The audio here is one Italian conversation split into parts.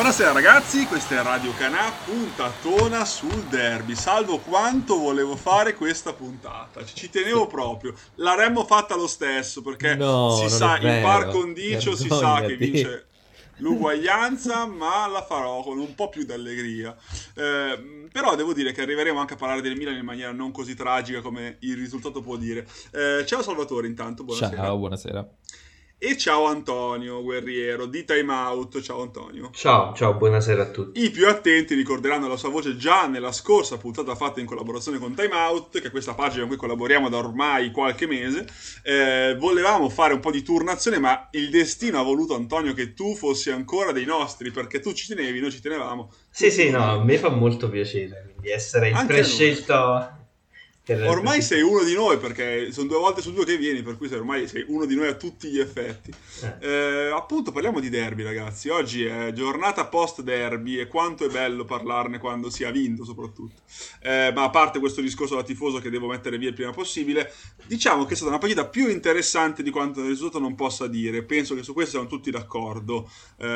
Buonasera ragazzi, questa è Radio Canà, puntatona sul derby. Salvo quanto volevo fare questa puntata, ci tenevo proprio. L'avremmo fatta lo stesso perché No, si non è sa, in par vero. condicio si sa che Vergognati. vince l'uguaglianza, ma la farò con un po' più d'allegria. Però devo dire che arriveremo anche a parlare del Milan in maniera non così tragica come il risultato può dire. Ciao Salvatore, intanto, Ciao, buonasera. buonasera. E ciao Antonio Guerriero di Time Out. Ciao Antonio. Ciao, ciao, buonasera a tutti. I più attenti ricorderanno la sua voce già nella scorsa puntata fatta in collaborazione con Time Out, che è questa pagina con cui collaboriamo da ormai qualche mese. Volevamo fare un po' di turnazione, ma il destino ha voluto, Antonio, che tu fossi ancora dei nostri, perché tu ci tenevi, noi ci tenevamo, Sì, tutti sì, no, a noi. me fa molto piacere quindi essere il Anche a noi. prescelto per Ormai questi... sei uno di noi perché sono 2 volte su 2 che vieni, per cui ormai sei uno di noi a tutti gli effetti. eh. Appunto parliamo di derby ragazzi, oggi è giornata post derby e quanto è bello parlarne quando si ha vinto soprattutto. Ma a parte questo discorso da tifoso che devo mettere via il prima possibile, diciamo che è stata una partita più interessante di quanto il risultato non possa dire, penso che su questo siamo tutti d'accordo.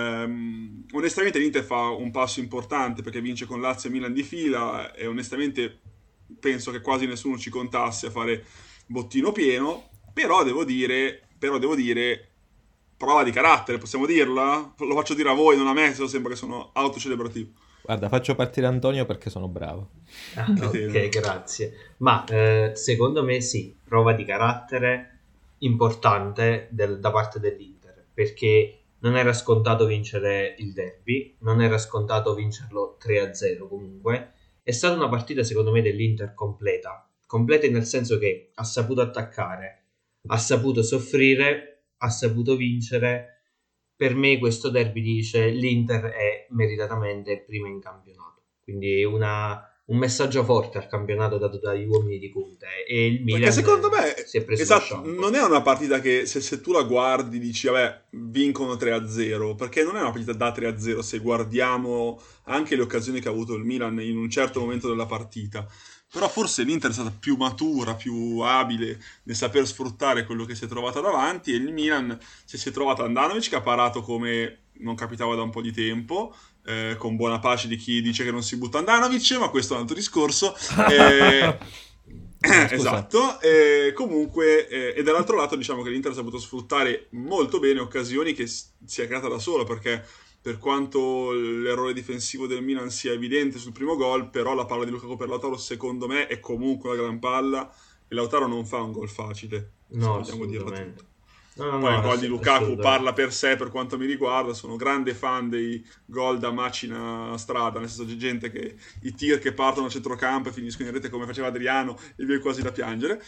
Onestamente l'Inter fa un passo importante perché vince con Lazio e Milan di fila e onestamente penso che quasi nessuno ci contasse a fare bottino pieno, però devo dire, prova di carattere, possiamo dirla? Lo faccio dire a voi, non a me, se no sembra che sono autocelebrativo. Guarda, faccio partire Antonio perché sono bravo. Ah, Che ok, tenero. grazie. Ma secondo me sì, prova di carattere importante da parte dell'Inter, perché non era scontato vincere il derby, non era scontato vincerlo 3-0 comunque. È stata una partita secondo me dell'Inter completa nel senso che ha saputo attaccare, ha saputo soffrire, ha saputo vincere. Per me questo derby dice l'Inter è meritatamente prima in campionato, quindi un messaggio forte al campionato dato dagli uomini di Conte e il Perché Milan secondo me, si è preso lo esatto, non shampoo. è una partita che se tu la guardi dici, vabbè, vincono 3-0, perché non è una partita da 3-0 se guardiamo anche le occasioni che ha avuto il Milan in un certo momento della partita. Però forse l'Inter è stata più matura, più abile nel saper sfruttare quello che si è trovata davanti e il Milan si è trovata Andanovic che ha parato come non capitava da un po' di tempo, con buona pace di chi dice che non si butta Andanovic, ma questo è un altro discorso. Eh, No, scusa. esatto, comunque, e dall'altro lato diciamo che l'Inter ha saputo sfruttare molto bene occasioni che si è creata da sola, perché per quanto l'errore difensivo del Milan sia evidente sul primo gol, però la palla di Lukaku per Lautaro secondo me è comunque una gran palla e Lautaro non fa un gol facile, se No, vogliamo dirla tutta. assolutamente. No, no, Poi no, il gol di Lukaku assolutamente. parla per sé per quanto mi riguarda, sono grande fan dei gol da macina a strada, nel senso c'è gente che i tir che partono a centrocampo e finiscono in rete come faceva Adriano e viene quasi da piangere.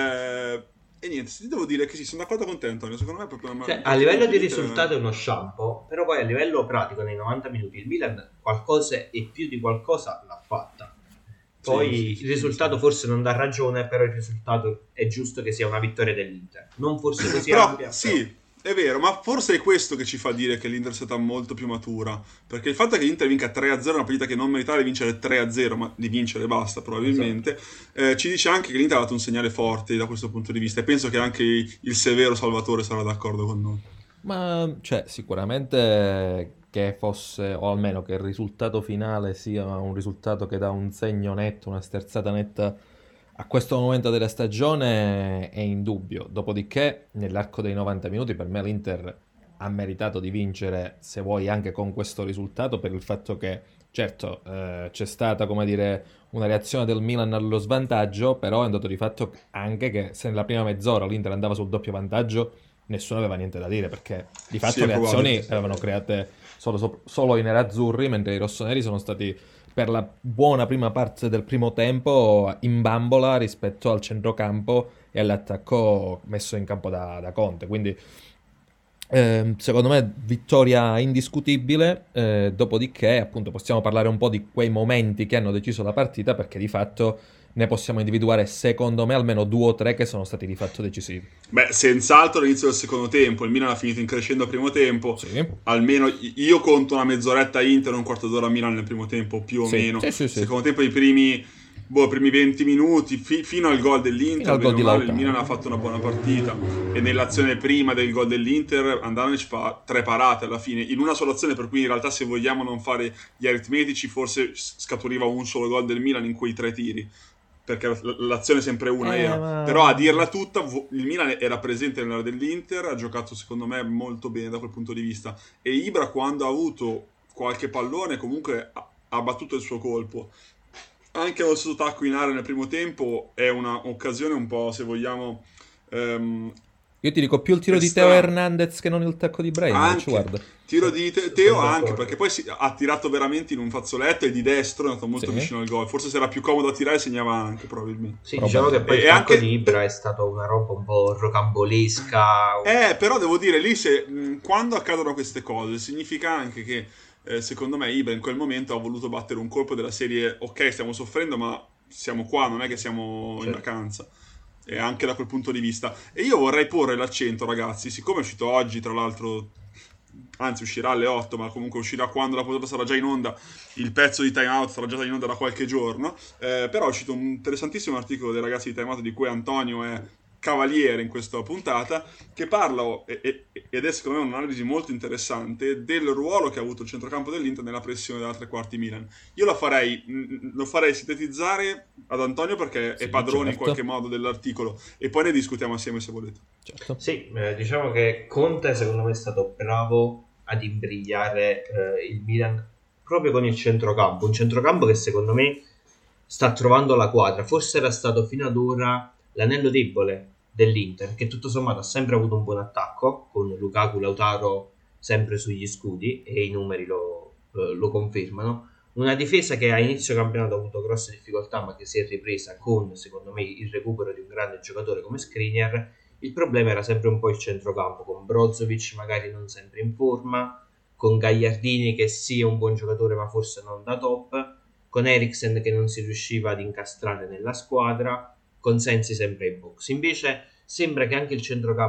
E niente, ti devo dire che sì, sono d'accordo con te Antonio, secondo me è proprio una Cioè, a partita in livello cui di l'Inter... risultato è uno shampoo, però poi a livello pratico nei 90 minuti il Milan qualcosa e più di qualcosa l'ha fatta. Sì, sì, Poi il sì, sì, sì. risultato forse non dà ragione, però il risultato è giusto che sia una vittoria dell'Inter. Non forse così Però ampia, però. sì, è vero, ma forse è questo che ci fa dire che l'Inter è stata molto più matura. Perché il fatto che l'Inter vinca 3-0 è una partita che non meritava di vincere 3-0, ma di vincere basta Esatto. probabilmente, ci dice anche che l'Inter ha dato un segnale forte da questo punto di vista. E penso che anche il severo Salvatore sarà d'accordo con noi. Ma, cioè, sicuramente che fosse, o almeno che il risultato finale sia un risultato che dà un segno netto, una sterzata netta a questo momento della stagione è indubbio. Dopodiché, nell'arco dei 90 minuti, per me l'Inter ha meritato di vincere, se vuoi, anche con questo risultato, per il fatto che, certo, c'è stata, come dire, una reazione del Milan allo svantaggio, però è andato di fatto anche che se nella prima mezz'ora l'Inter andava sul doppio vantaggio, nessuno aveva niente da dire, perché di Sì, fatto è le probabile. azioni avevano create solo i nerazzurri, mentre i rossoneri sono stati per la buona prima parte del primo tempo in bambola rispetto al centrocampo e all'attacco messo in campo da Conte. Quindi secondo me vittoria indiscutibile, dopodiché appunto possiamo parlare un po' di quei momenti che hanno deciso la partita perché di fatto ne possiamo individuare secondo me almeno due o tre che sono stati di fatto decisivi. Beh, senz'altro all'inizio del secondo tempo. Il Milan ha finito in crescendo al primo tempo. Sì, Almeno io conto una mezz'oretta Inter, un quarto d'ora Milan nel primo tempo, più o sì, meno. sì, sì, sì. Secondo tempo, i primi boh, primi 20 minuti, fino al gol Fino dell'Inter, al gol bene o di male, il Lautaro. Milan ha fatto una buona partita. E nell'azione prima del gol dell'Inter, Andanovic fa 3 parate alla fine, in una sola azione, per cui in realtà se vogliamo non fare gli aritmetici, forse scaturiva un solo gol del Milan in quei 3 tiri. Perché l'azione sempre una era. Però a Ma dirla tutta, il Milan era presente nell'area dell'Inter, ha giocato secondo me molto bene da quel punto di vista. E Ibra, quando ha avuto qualche pallone, comunque ha battuto il suo colpo. Anche lo stesso tacco in area nel primo tempo è un'occasione un po', se vogliamo, ehm, io ti dico più il tiro di Teo strana. Hernandez che non il tacco di Ibrahimovic, Anche guarda. tiro di Teo, Sono anche d'accordo. perché poi ha tirato veramente in un fazzoletto e di destro è andato molto Sì, vicino al gol. Forse se era più comodo a tirare segnava anche, probabilmente. Sì, diciamo che poi probabilmente. il E tacco di anche Ibra è stato una roba un po' rocambolesca. Però devo dire, lì se, quando accadono queste cose, significa anche che, secondo me, Ibra in quel momento ha voluto battere un colpo della serie, ok, stiamo soffrendo, ma siamo qua, non è che siamo in Certo. vacanza. E anche da quel punto di vista. E io vorrei porre l'accento, ragazzi, siccome è uscito oggi, tra l'altro, anzi uscirà alle 8, ma comunque uscirà quando la puntata sarà già in onda, il pezzo di Time Out sarà già in onda da qualche giorno, però è uscito un interessantissimo articolo dei ragazzi di Time Out di cui Antonio è cavaliere in questa puntata, che parla, ed è secondo me un'analisi molto interessante, del ruolo che ha avuto il centrocampo dell'Inter nella pressione della tre quarti Milan. Io lo farei sintetizzare ad Antonio perché è Sì, padrone in qualche certo, modo dell'articolo e poi ne discutiamo assieme se volete. certo. Sì, diciamo che Conte secondo me è stato bravo ad imbrigliare il Milan proprio con il centrocampo, un centrocampo che secondo me sta trovando la quadra, forse era stato fino ad ora l'anello debole dell'Inter, che tutto sommato ha sempre avuto un buon attacco, con Lukaku, Lautaro sempre sugli scudi, e i numeri lo confermano. Una difesa che a inizio campionato ha avuto grosse difficoltà, ma che si è ripresa con, secondo me, il recupero di un grande giocatore come Skriniar. Il problema era sempre un po' il centrocampo, con Brozovic magari non sempre in forma, con Gagliardini che sì è un buon giocatore ma forse non da top, con Eriksen che non si riusciva ad incastrare nella squadra, con Sensi sempre in box. Invece sembra che anche,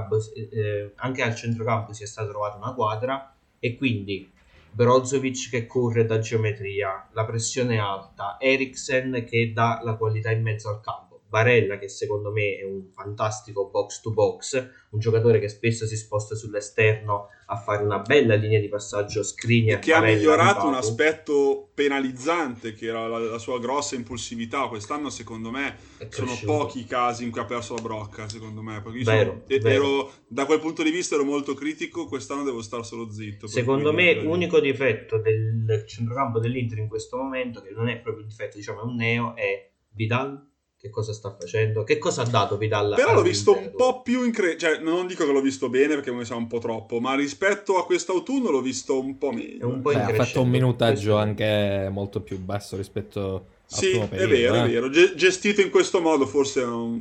anche al centrocampo sia stata trovata una quadra, e quindi Brozovic che corre da geometria, la pressione alta, Eriksen che dà la qualità in mezzo al campo, Barella che secondo me è un fantastico box to box, un giocatore che spesso si sposta sull'esterno a fare una bella linea di passaggio E Skriniar, che ha Barella, migliorato un Lukaku. aspetto penalizzante, che era la sua grossa impulsività. Quest'anno, secondo me, È sono cresciuto. pochi i casi in cui ha perso la brocca, secondo me. Perché io Vero, vero. da quel punto di vista ero molto critico, quest'anno devo stare solo zitto, per cui Secondo niente me, da dire. unico difetto del centrocampo dell'Inter in questo momento, che non è proprio un difetto, diciamo è un neo, è Vidal. Che cosa sta facendo? Che cosa ha dato Vidal Però l'ho visto all'Inter? un po' più cioè, non dico che l'ho visto bene perché mi sa un po' troppo, ma rispetto a quest'autunno l'ho visto un po' È meglio, un po' ecco. Beh, in ha fatto un crescendo. Questo minutaggio è vero. anche molto più basso rispetto al primo Sì, è vero, periodo, è eh. vero. Gestito in questo modo forse è un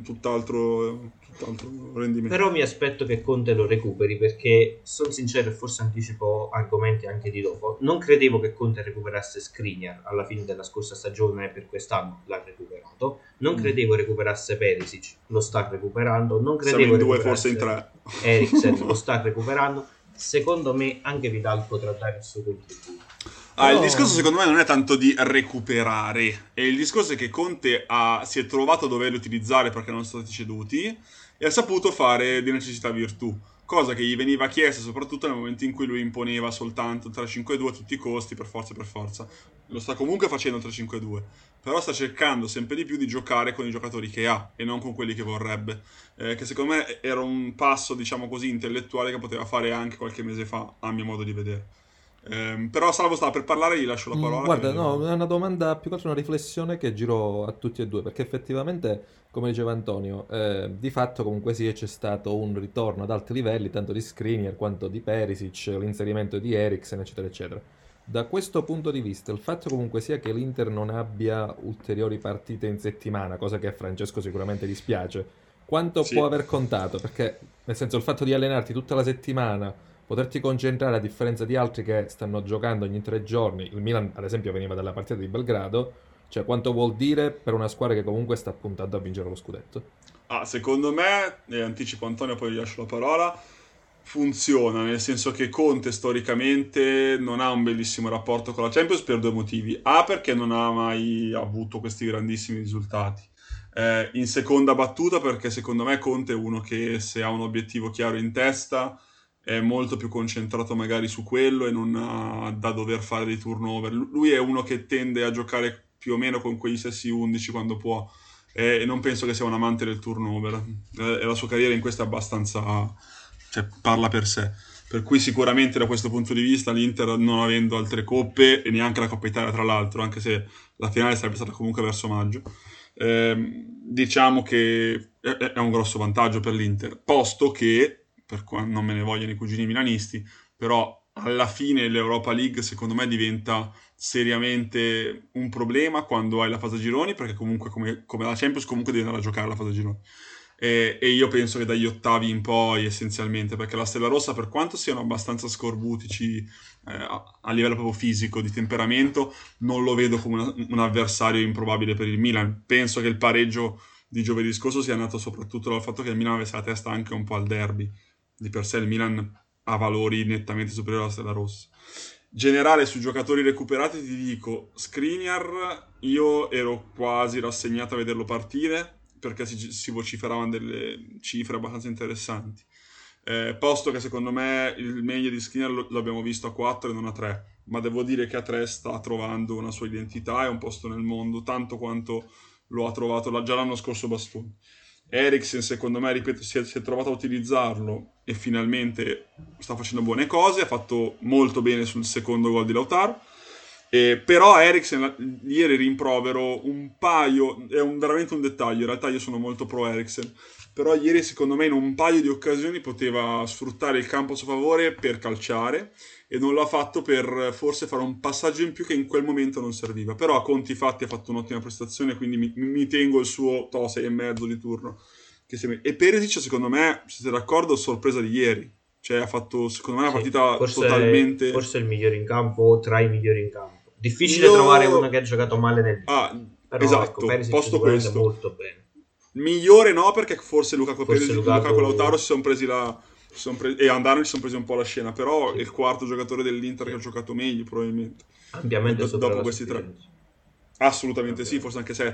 tutt'altro rendimento. Però mi aspetto che Conte lo recuperi, perché sono sincero e forse anticipo argomenti anche di dopo. Non credevo che Conte recuperasse Skriniar alla fine della scorsa stagione, e per quest'anno l'ha recuperato. Non credevo recuperasse Perisic, lo sta recuperando. Non Siamo credevo in due, forse in recuperasse tre. Eriksen, lo sta recuperando. Secondo me anche Vidal potrà dare il suo contributo. Il Però discorso secondo me non è tanto di recuperare, e il discorso è che Conte si è trovato a doverli utilizzare perché non sono stati ceduti e ha saputo fare di necessità virtù, cosa che gli veniva chiesta soprattutto nel momento in cui lui imponeva soltanto 3-5-2 a tutti i costi, per forza per forza. Lo sta comunque facendo il 3-5-2, però sta cercando sempre di più di giocare con i giocatori che ha e non con quelli che vorrebbe, che secondo me era un passo, diciamo così, intellettuale che poteva fare anche qualche mese fa, a mio modo di vedere. Però Salvo stava per parlare, gli lascio la parola che guarda, no, vedo. è una domanda, più che altro una riflessione che giro a tutti e due, perché effettivamente, come diceva Antonio, di fatto comunque sì, c'è stato un ritorno ad alti livelli, tanto di Skriniar quanto di Perisic, l'inserimento di Eriksen, eccetera, eccetera. Da questo punto di vista, il fatto comunque sia che l'Inter non abbia ulteriori partite in settimana, cosa che a Francesco sicuramente dispiace, quanto può Sì. aver contato? Perché, nel senso, il fatto di allenarti tutta la settimana, poterti concentrare a differenza di altri che stanno giocando ogni 3 giorni, il Milan ad esempio veniva dalla partita di Belgrado, cioè quanto vuol dire per una squadra che comunque sta puntando a vincere lo scudetto? Secondo me, anticipo Antonio, poi gli lascio la parola. funziona, nel senso che Conte storicamente non ha un bellissimo rapporto con la Champions per due motivi. A, perché non ha mai avuto questi grandissimi risultati. In seconda battuta, perché secondo me Conte è uno che, se ha un obiettivo chiaro in testa, è molto più concentrato magari su quello e non ha da dover fare dei turnover. Lui è uno che tende a giocare più o meno con quegli stessi 11 quando può, e non penso che sia un amante del turnover. E la sua carriera in questo è abbastanza, cioè, parla per sé. Per cui sicuramente da questo punto di vista l'Inter, non avendo altre coppe e neanche la Coppa Italia tra l'altro, anche se la finale sarebbe stata comunque verso maggio, diciamo che è un grosso vantaggio per l'Inter, posto che, non me ne vogliono i cugini milanisti, però alla fine l'Europa League secondo me diventa seriamente un problema quando hai la fase a gironi, perché comunque come la Champions comunque devi andare a giocare la fase a gironi. E io penso che dagli ottavi in poi, essenzialmente, perché la Stella Rossa, per quanto siano abbastanza scorbutici a livello proprio fisico, di temperamento, non lo vedo come un avversario improbabile per il Milan. Penso che il pareggio di giovedì scorso sia nato soprattutto dal fatto che il Milan avesse la testa anche un po' al derby. Di per sé il Milan ha valori nettamente superiori alla Stella Rossa. Generale sui giocatori recuperati ti dico, Skriniar, io ero quasi rassegnato a vederlo partire, perché si vociferavano delle cifre abbastanza interessanti. Posto che secondo me il meglio di Skriniar l'abbiamo visto a 4 e non a 3, ma devo dire che a 3 sta trovando una sua identità e un posto nel mondo, tanto quanto lo ha trovato già l'anno scorso Bastoni. Eriksen secondo me, ripeto, si è trovato a utilizzarlo e finalmente sta facendo buone cose, ha fatto molto bene sul secondo gol di Lautaro. Però a Eriksen ieri rimprovero un paio, veramente un dettaglio, in realtà io sono molto pro Eriksen, però ieri secondo me in un paio di occasioni poteva sfruttare il campo a suo favore per calciare e non l'ha fatto per forse fare un passaggio in più che in quel momento non serviva. Però a conti fatti ha fatto un'ottima prestazione, quindi mi tengo il suo 6,5 di turno. E Perisic secondo me, se siete d'accordo, sorpresa di ieri. Cioè ha fatto secondo me una partita totalmente... Forse il migliore in campo o tra i migliori in campo. Difficile trovare uno che ha giocato male nel però esatto, ecco, Perisic posto questo. molto bene. Migliore no, perché forse Lukaku e Lukaku... Lautaro si sono presi e Andanovic si sono presi un po' la scena, però sì, è il quarto giocatore dell'Inter che ha giocato meglio probabilmente. Ampiamente dopo questi tre. Assolutamente sì, forse anche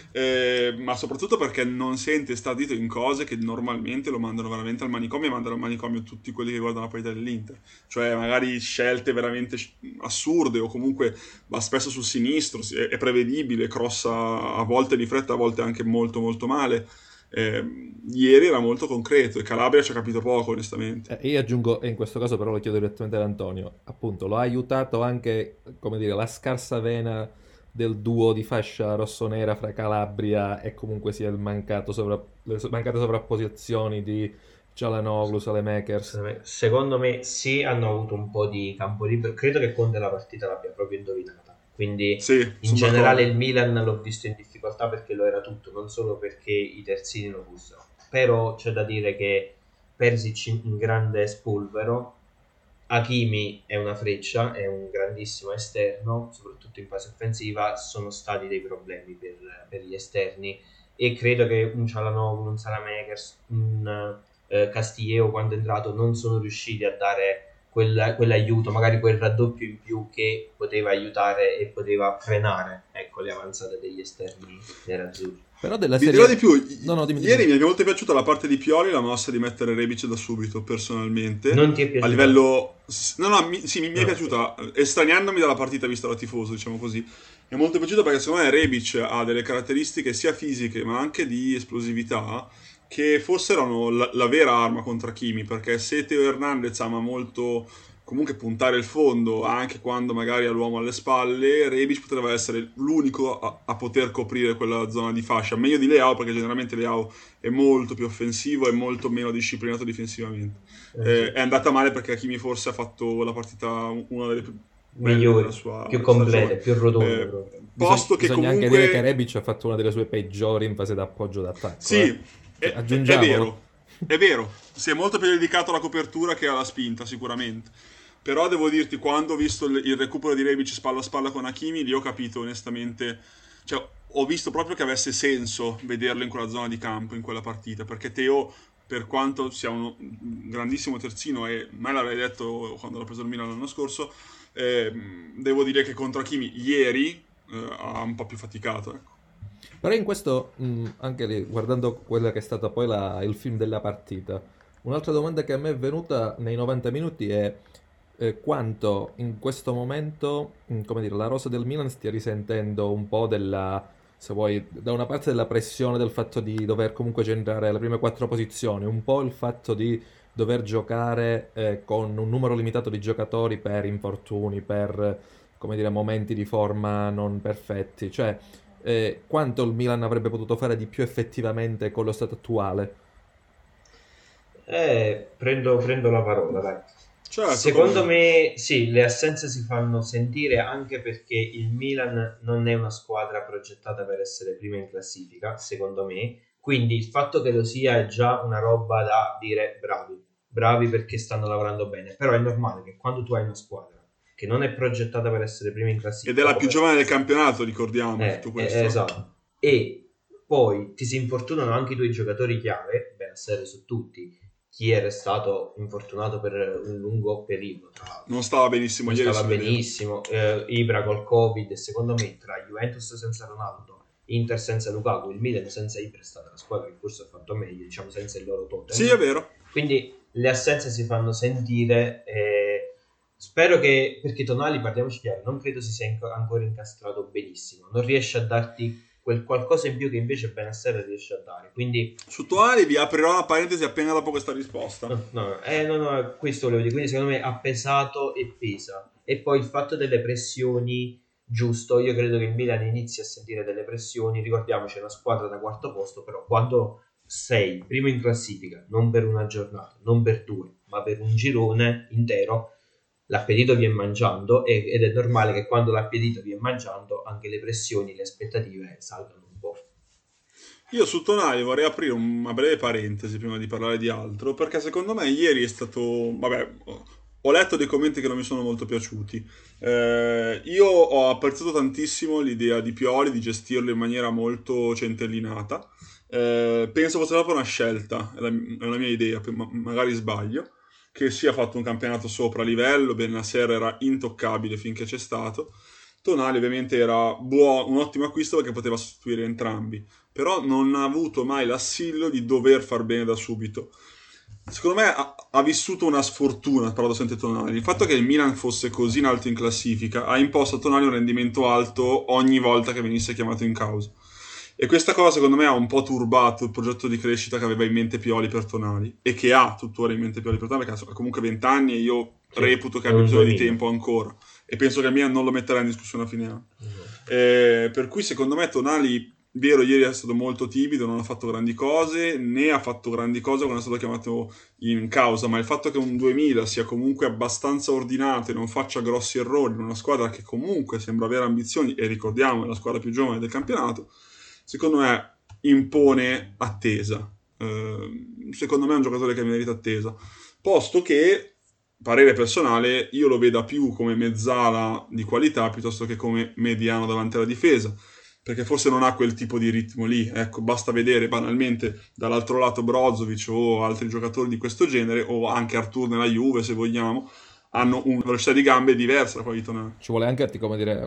7, ma soprattutto perché non sente stardito in cose che normalmente lo mandano veramente al manicomio, e mandano al manicomio tutti quelli che guardano la partita dell'Inter, cioè magari scelte veramente assurde, o comunque va spesso sul sinistro, è prevedibile, crossa a volte di fretta, a volte anche molto molto male. Ieri era molto concreto e Calabria ci ha capito poco, onestamente. Io aggiungo, e in questo caso però lo chiedo direttamente ad Antonio, appunto lo ha aiutato anche, come dire, la scarsa vena del duo di fascia rossonera fra Calabria e comunque sia le mancate sovrapposizioni di Çalhanoğlu, Saelemaekers. Secondo me sì, hanno avuto un po' di campo libero, credo che Conte la partita l'abbia proprio indovinata, quindi sì, in generale il Milan l'ho visto in difficoltà perché lo era tutto, non solo perché i terzini lo fossero, però c'è da dire che Perisic in grande spolvero, Hakimi è una freccia, è un grandissimo esterno, soprattutto in fase offensiva, sono stati dei problemi per gli esterni e credo che un Çalhanoğlu, un Saelemaekers, un Castillejo quando è entrato non sono riusciti a dare quell'aiuto, magari quel raddoppio in più che poteva aiutare e poteva frenare, ecco, le avanzate degli esterni nerazzurri. Però della serie... dirò di più, dimmi. Ieri mi è molto piaciuta la parte di Pioli, la mossa di mettere Rebic da subito, personalmente. Non ti è piaciuta? A livello... mi è piaciuta, estraniandomi dalla partita vista da tifoso, diciamo così. Mi è molto piaciuta perché secondo me Rebic ha delle caratteristiche sia fisiche ma anche di esplosività che forse erano la vera arma contro Hakimi, perché se Teo Hernandez ama molto comunque puntare il fondo anche quando magari ha l'uomo alle spalle, Rebic poteva essere l'unico a poter coprire quella zona di fascia, meglio di Leao, perché generalmente Leao è molto più offensivo e molto meno disciplinato difensivamente. È andata male perché Hakimi forse ha fatto la partita una delle migliori, più complete, più rotonde. Posto che bisogna comunque anche dire che Rebic ha fatto una delle sue peggiori in fase d'appoggio d'attacco. Sì, è vero, si è molto più dedicato alla copertura che alla spinta sicuramente, però devo dirti, quando ho visto il recupero di Rebic spalla a spalla con Hakimi, lì ho capito onestamente, cioè ho visto proprio che avesse senso vederlo in quella zona di campo, in quella partita, perché Teo per quanto sia un grandissimo terzino, e me l'avrei detto quando l'ha preso il Milan l'anno scorso, devo dire che contro Hakimi ieri ha un po' più faticato, ecco. Però in questo, anche lì, guardando quella che è stata poi il film della partita, un'altra domanda che a me è venuta nei 90 minuti è quanto in questo momento, come dire, la rosa del Milan stia risentendo un po' della, se vuoi, da una parte della pressione del fatto di dover comunque centrare le prime quattro posizioni, un po' il fatto di dover giocare con un numero limitato di giocatori per infortuni, per, come dire, momenti di forma non perfetti, cioè quanto il Milan avrebbe potuto fare di più effettivamente con lo stato attuale. Prendo la parola, dai. Certo, Secondo come... me sì, le assenze si fanno sentire anche perché il Milan non è una squadra progettata per essere prima in classifica, secondo me. Quindi il fatto che lo sia è già una roba da dire bravi, bravi perché stanno lavorando bene. Però è normale che quando tu hai una squadra che non è progettata per essere prima in Ed è classifica, la più giovane del campionato, ricordiamo, tutto questo. esatto, e poi ti si infortunano anche i tuoi giocatori chiave, Bennacer su tutti, chi era stato infortunato per un lungo periodo, Non stava benissimo non ieri, stava si vedeva. benissimo, Ibra col Covid, e secondo me tra Juventus senza Ronaldo, Inter senza Lukaku, il Milan senza Ibra è stata la squadra che forse ha fatto meglio, diciamo senza il loro totem. Sì, è vero. Quindi le assenze si fanno sentire e spero che, perché Tonali, parliamoci chiaro, non credo si sia ancora incastrato benissimo, non riesce a darti quel qualcosa in più che invece Bennacer riesce a dare, quindi Su Tonali vi aprirò una parentesi appena dopo questa risposta. no, questo volevo dire, quindi secondo me ha pesato e pesa, e poi il fatto delle pressioni, giusto, io credo che il Milan inizi a sentire delle pressioni, ricordiamoci è una squadra da quarto posto, però quando sei primo in classifica, non per una giornata, non per due, ma per un girone intero, l'appetito viene mangiando ed è normale che quando l'appetito viene mangiando anche le pressioni, le aspettative salgano un po'. Io su Tonali vorrei aprire una breve parentesi prima di parlare di altro, perché secondo me ieri è stato... Vabbè, ho letto dei commenti che non mi sono molto piaciuti. Io ho apprezzato tantissimo l'idea di Pioli di gestirlo in maniera molto centellinata. Penso fosse proprio una scelta, è una mia idea, magari sbaglio, che sia fatto un campionato sopra livello. Bennacer era intoccabile finché c'è stato. Tonali ovviamente era un ottimo acquisto perché poteva sostituire entrambi, però non ha avuto mai l'assillo di dover far bene da subito. Secondo me ha vissuto una sfortuna, paradossalmente Tonali. Il fatto che il Milan fosse così in alto in classifica ha imposto a Tonali un rendimento alto ogni volta che venisse chiamato in causa. E questa cosa secondo me ha un po' turbato il progetto di crescita che aveva in mente Pioli per Tonali, e che ha tuttora in mente Pioli per Tonali, perché ha comunque 20 anni e io reputo che abbia bisogno di tempo ancora, e penso che il Milan non lo metterà in discussione a fine anno. Per cui secondo me Tonali, vero, ieri è stato molto timido, non ha fatto grandi cose, né ha fatto grandi cose quando è stato chiamato in causa, ma il fatto che un 2000 sia comunque abbastanza ordinato e non faccia grossi errori in una squadra che comunque sembra avere ambizioni, e ricordiamo è la squadra più giovane del campionato, secondo me impone attesa. Secondo me è un giocatore che merita attesa, posto che, parere personale, io lo veda più come mezzala di qualità piuttosto che come mediano davanti alla difesa, perché forse non ha quel tipo di ritmo lì. Ecco, basta vedere banalmente dall'altro lato Brozovic o altri giocatori di questo genere, o anche Artur nella Juve se vogliamo, hanno una velocità di gambe diversa da quella di Tonali. Ci vuole anche, come dire,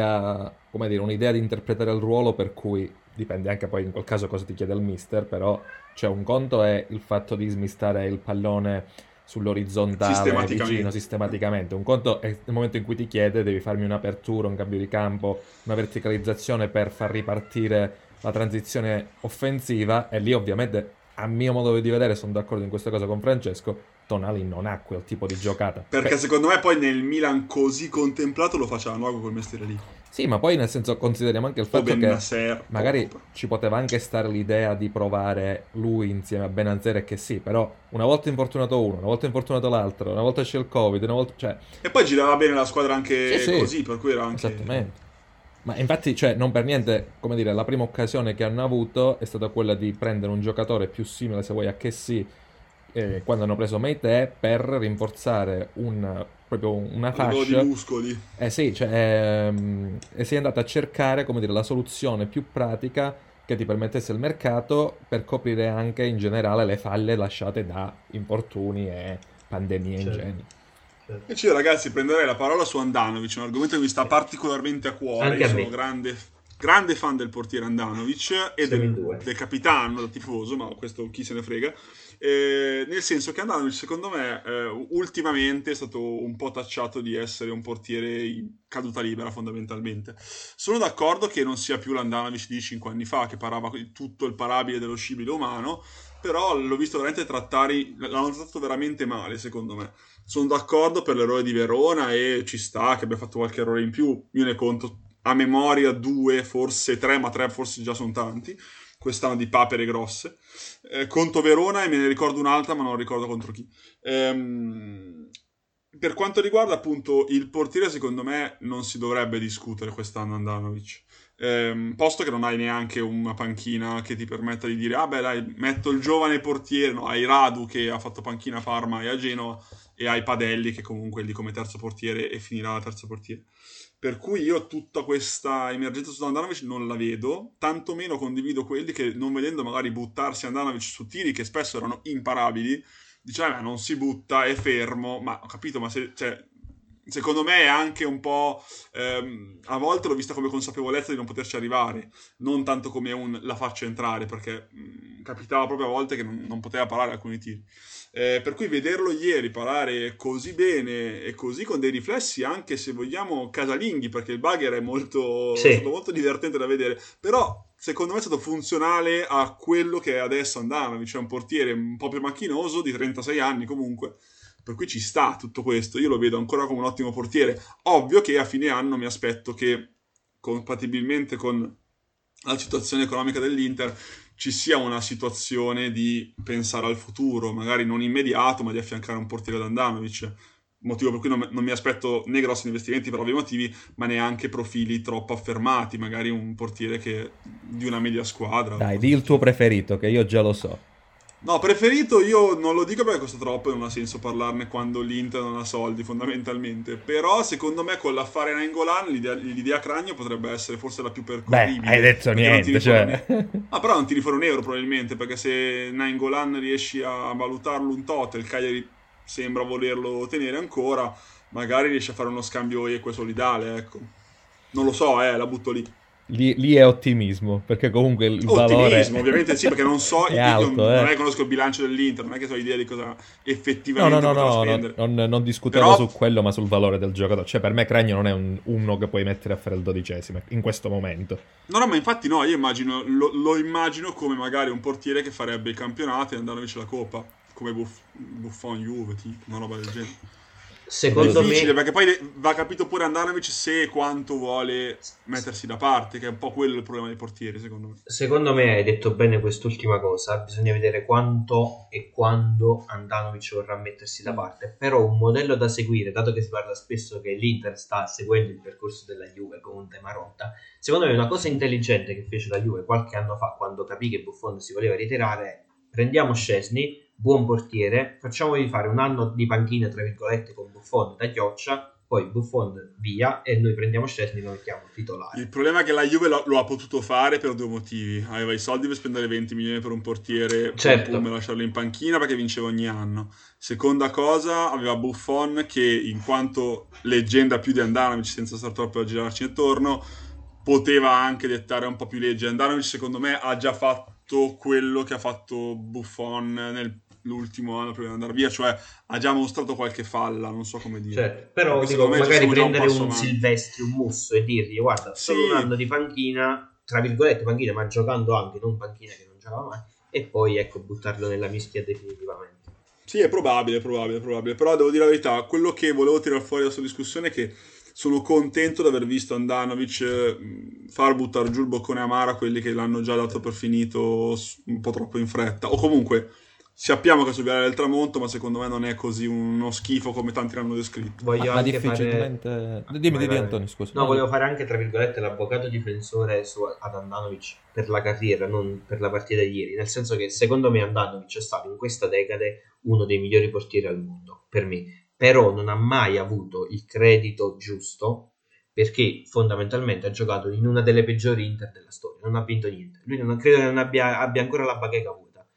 un'idea di interpretare il ruolo, per cui dipende anche poi in quel caso cosa ti chiede il mister, però cioè un conto è il fatto di smistare il pallone sull'orizzontale vicino sistematicamente, un conto è il momento in cui ti chiede devi farmi un'apertura, un cambio di campo, una verticalizzazione per far ripartire la transizione offensiva, e lì ovviamente a mio modo di vedere sono d'accordo in questa cosa con Francesco. Tonali non ha quel tipo di giocata. Perché secondo me poi nel Milan così contemplato lo faceva nuovo quel mestiere lì. Sì, ma poi nel senso consideriamo anche il fatto che Bennacer, magari ci poteva anche stare l'idea di provare lui insieme a Bennacer, e che sì, però una volta infortunato uno, una volta infortunato l'altro, una volta c'è il Covid, una volta... Cioè... E poi girava bene la squadra anche sì, così, per cui era anche... Esattamente. Ma infatti, cioè, non per niente, come dire, la prima occasione che hanno avuto è stata quella di prendere un giocatore più simile, se vuoi, a Kessie, quando hanno preso Meite, per rinforzare proprio una fascia di muscoli. sì, cioè, e si è andata a cercare, come dire, la soluzione più pratica che ti permettesse il mercato per coprire anche in generale le falle lasciate da infortuni e pandemie in Certo, genere. certo. E io ragazzi prenderei la parola su Andanovic, un argomento che mi sta particolarmente a cuore. Anche Io a sono me, grande fan del portiere Andanovic e siamo in del, due. del capitano, del tifoso, ma questo chi se ne frega. Nel senso che Andanovic secondo me ultimamente è stato un po' tacciato di essere un portiere in caduta libera fondamentalmente. Sono d'accordo che non sia più l'Andanovic di 5 anni fa che parava di tutto il parabile dello scibile umano, però l'ho visto veramente l'hanno trattato veramente male secondo me. Sono d'accordo per l'errore di Verona e ci sta che abbia fatto qualche errore in più. Io ne conto a memoria 2, forse 3, ma 3 forse già sono tanti. Quest'anno di papere grosse. Conto Verona e me ne ricordo un'altra, ma non ricordo contro chi. Per quanto riguarda appunto il portiere, secondo me non si dovrebbe discutere quest'anno Andanovic. Posto che non hai neanche una panchina che ti permetta di dire, ah beh dai, metto il giovane portiere, no, hai Radu che ha fatto panchina a Parma e a Genova, e hai Padelli che comunque è lì come terzo portiere e finirà la terza portiere. Per cui io tutta questa emergenza su Andanovic non la vedo, tantomeno condivido quelli che non vedendo magari buttarsi Andanovic su tiri che spesso erano imparabili, diceva non si butta, è fermo, ma ho capito, ma cioè, secondo me è anche un po', a volte l'ho vista come consapevolezza di non poterci arrivare, non tanto come un la faccio entrare, perché capitava proprio a volte che non poteva parare alcuni tiri. Per cui vederlo ieri parare così bene e così con dei riflessi anche se vogliamo casalinghi, perché il bugger è stato Sì, molto divertente da vedere, però secondo me è stato funzionale a quello che è adesso Andanovic, cioè un portiere un po' più macchinoso di 36 anni comunque, per cui ci sta tutto questo, io lo vedo ancora come un ottimo portiere. Ovvio che a fine anno mi aspetto che compatibilmente con la situazione economica dell'Inter ci sia una situazione di pensare al futuro, magari non immediato, ma di affiancare un portiere ad Andanovic. Motivo per cui non mi aspetto né grossi investimenti per ovvi motivi, ma neanche profili troppo affermati, magari un portiere che di una media squadra o Dai, cose di del il tuo genere. preferito, che io già lo so. No, preferito io non lo dico perché costa troppo e non ha senso parlarne quando l'Inter non ha soldi, fondamentalmente. Però, secondo me, con l'affare Nainggolan, l'idea cranio potrebbe essere forse la più Beh, hai percorribile, detto perché non niente, tiri fuori un cioè... euro. Ah, però non tiri fuori un euro, probabilmente, perché se Nainggolan riesci a valutarlo un tot, e il Cagliari sembra volerlo tenere ancora, magari riesci a fare uno scambio equo e solidale, ecco. Non lo so, la butto lì. Lì è ottimismo, perché comunque il valore Ottimismo, ovviamente sì, perché non so, è io alto, non è eh. che conosco il bilancio dell'Inter, non è che ho idea di cosa No, no, effettivamente no, potrà no, spendere. non discutevo su Però, quello, ma sul valore del giocatore. Cioè, per me Cragno non è uno che puoi mettere a fare il 12esimo in questo momento. no, no, ma infatti no, io immagino, lo immagino come magari un portiere che farebbe il campionato e andare a vincere la Coppa, come Buffon, Juve, tipo, una roba del genere. secondo Difficile, me perché poi va capito pure Andanovic se e quanto vuole mettersi da parte, che è un po' quello il problema dei portieri, secondo me. Secondo me hai detto bene quest'ultima cosa, bisogna vedere quanto e quando Andanovic vorrà mettersi da Mm. parte, però un modello da seguire, dato che si parla spesso che l'Inter sta seguendo il percorso della Juve come un tema rotta, secondo me una cosa intelligente che fece la Juve qualche anno fa quando capì che Buffon si voleva ritirare è prendiamo Szczesny, buon portiere, facciamogli fare un anno di panchina tra virgolette con Buffon da chioccia, poi Buffon via e noi prendiamo Szczesny e lo mettiamo Il titolare. problema è che la Juve lo ha potuto fare per due motivi. Aveva i soldi per spendere 20 milioni per un portiere, pum Certo, pum, e lasciarlo in panchina perché vinceva ogni anno. Seconda cosa, aveva Buffon che, in quanto leggenda più di Andanovic, senza stare troppo a girarci intorno, poteva anche dettare un po' più legge. Andanovic, secondo me, ha già fatto quello che ha fatto Buffon nell'ultimo anno prima di andare via, cioè ha già mostrato qualche falla, non so come dire. certo, Per però cui secondo dico, me già magari siamo già un prendere passo un avanti. Silvestri, un Musso e dirgli guarda, solo un Sì, anno di panchina, tra virgolette panchina, ma giocando anche, non panchina che non giocava mai, e poi ecco buttarlo nella mischia definitivamente. sì, è probabile, è probabile, è probabile. Però devo dire la verità, quello che volevo tirare fuori da questa discussione è che sono contento di aver visto Andanovic far buttare giù il boccone amaro a quelli che l'hanno già dato per finito un po' troppo in fretta. O comunque sappiamo che è sul viale del tramonto, ma secondo me non è così uno schifo come tanti l'hanno descritto. Voglio Ma anche fare... difficilmente... Dimmi, Vai, dimmi vai, vai. Antonio, scusa. No, volevo fare anche, tra virgolette, l'avvocato difensore ad Andanovic per la carriera, non per la partita di ieri. Nel senso che secondo me Andanovic è stato in questa decade uno dei migliori portieri al mondo, per me. Però non ha mai avuto il credito giusto perché fondamentalmente ha giocato in una delle peggiori Inter della storia, non ha vinto niente. Lui credo che non abbia ancora la bacheca vuota,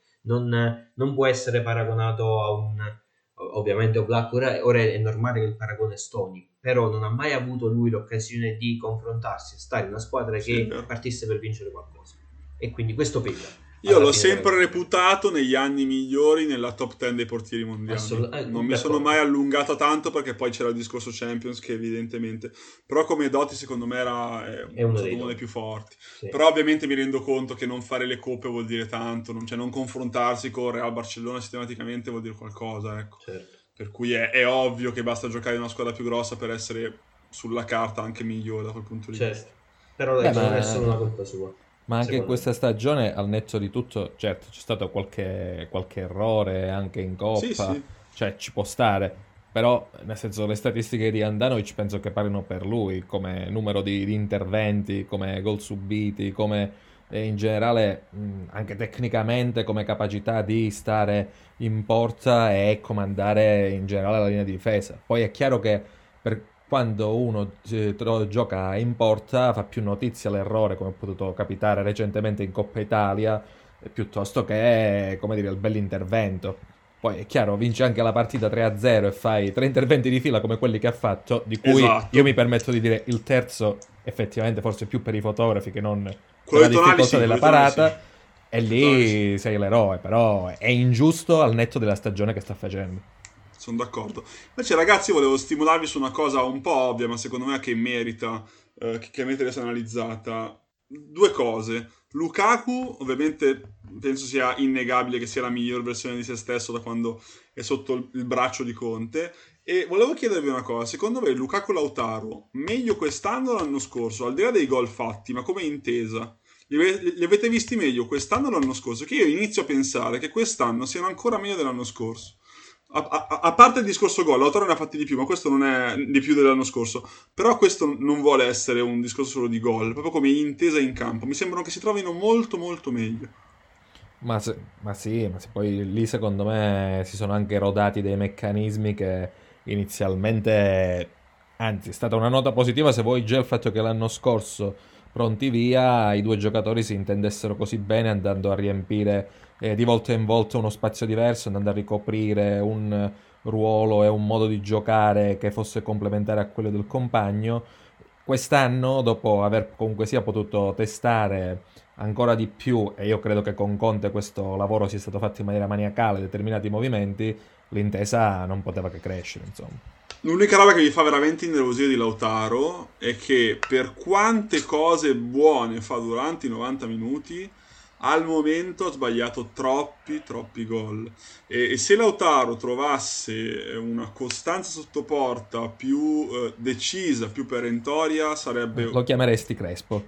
non può essere paragonato a un... Ovviamente Oblak ora è normale che il paragone stoni, però non ha mai avuto lui l'occasione di confrontarsi e stare in una squadra Sì, è che vero. partisse per vincere qualcosa, e quindi questo pesa Io alla l'ho fine della sempre campagna. reputato negli anni migliori nella top 10 dei portieri mondiali. Non mi sono mai D'accordo, allungato tanto perché poi c'era il discorso Champions che evidentemente... Però come doti secondo me era è uno stato dei uno dei top. più forti. Sì, Però ovviamente mi rendo conto che non fare le coppe vuol dire tanto, cioè non confrontarsi con Real Barcellona sistematicamente vuol dire qualcosa, ecco. certo, Per cui è ovvio che basta giocare in una squadra più grossa per essere sulla carta anche migliore da quel punto di vista. certo. Però Beh, dai, non è solo una colpa sua, ma anche in secondo me. questa stagione, al netto di tutto, certo, c'è stato qualche errore anche in Sì, Coppa, sì. cioè ci può stare, però nel senso le statistiche di Andanovic penso che parlino per lui, come numero di interventi, come gol subiti, come in generale anche tecnicamente come capacità di stare in porta e comandare in generale la linea di difesa. Poi è chiaro che per quando uno gioca in porta fa più notizia l'errore, come è potuto capitare recentemente in Coppa Italia, piuttosto che, come dire, il bell'intervento. Poi è chiaro, vinci anche la partita 3-0 e fai tre interventi di fila come quelli che ha fatto, di cui io Esatto. mi permetto di dire il terzo effettivamente forse più per i fotografi che non per Quello la di Tonali difficoltà sì, quello della di Tonali sì. parata, e Quello di Tonali sì. lì sei l'eroe, però è ingiusto al netto della stagione che sta facendo. Sono d'accordo. Invece, ragazzi, volevo stimolarvi su una cosa un po' ovvia, ma secondo me che merita che avete analizzata. Due cose. Lukaku, ovviamente, penso sia innegabile che sia la miglior versione di se stesso da quando è sotto il braccio di Conte. E volevo chiedervi una cosa. Secondo voi Lukaku Lautaro, meglio quest'anno o l'anno scorso? Al di là dei gol fatti, ma come intesa? Li avete visti meglio quest'anno o l'anno scorso? Che io inizio a pensare che quest'anno siano ancora meglio dell'anno scorso. A parte il discorso gol, Lautaro ne ha fatti di più, ma questo non è di più dell'anno scorso. Però questo non vuole essere un discorso solo di gol, proprio come intesa in campo. Mi sembrano che si trovino molto molto meglio. Ma sì, ma se poi lì secondo me si sono anche rodati dei meccanismi che inizialmente, anzi, è stata una nota positiva se vuoi già il fatto che l'anno scorso, pronti via, i due giocatori si intendessero così bene andando a riempire di volta in volta uno spazio diverso, andando a ricoprire un ruolo e un modo di giocare che fosse complementare a quello del compagno. Quest'anno, dopo aver comunque sia potuto testare ancora di più, e io credo che con Conte questo lavoro sia stato fatto in maniera maniacale, determinati movimenti, l'intesa non poteva che crescere, insomma. L'unica roba che mi fa veramente innervosire di Lautaro è che per quante cose buone fa durante i 90 minuti, al momento ha sbagliato troppi gol. E se Lautaro trovasse una costanza sotto porta più decisa, più perentoria, Lo sarebbe... chiameresti Crespo.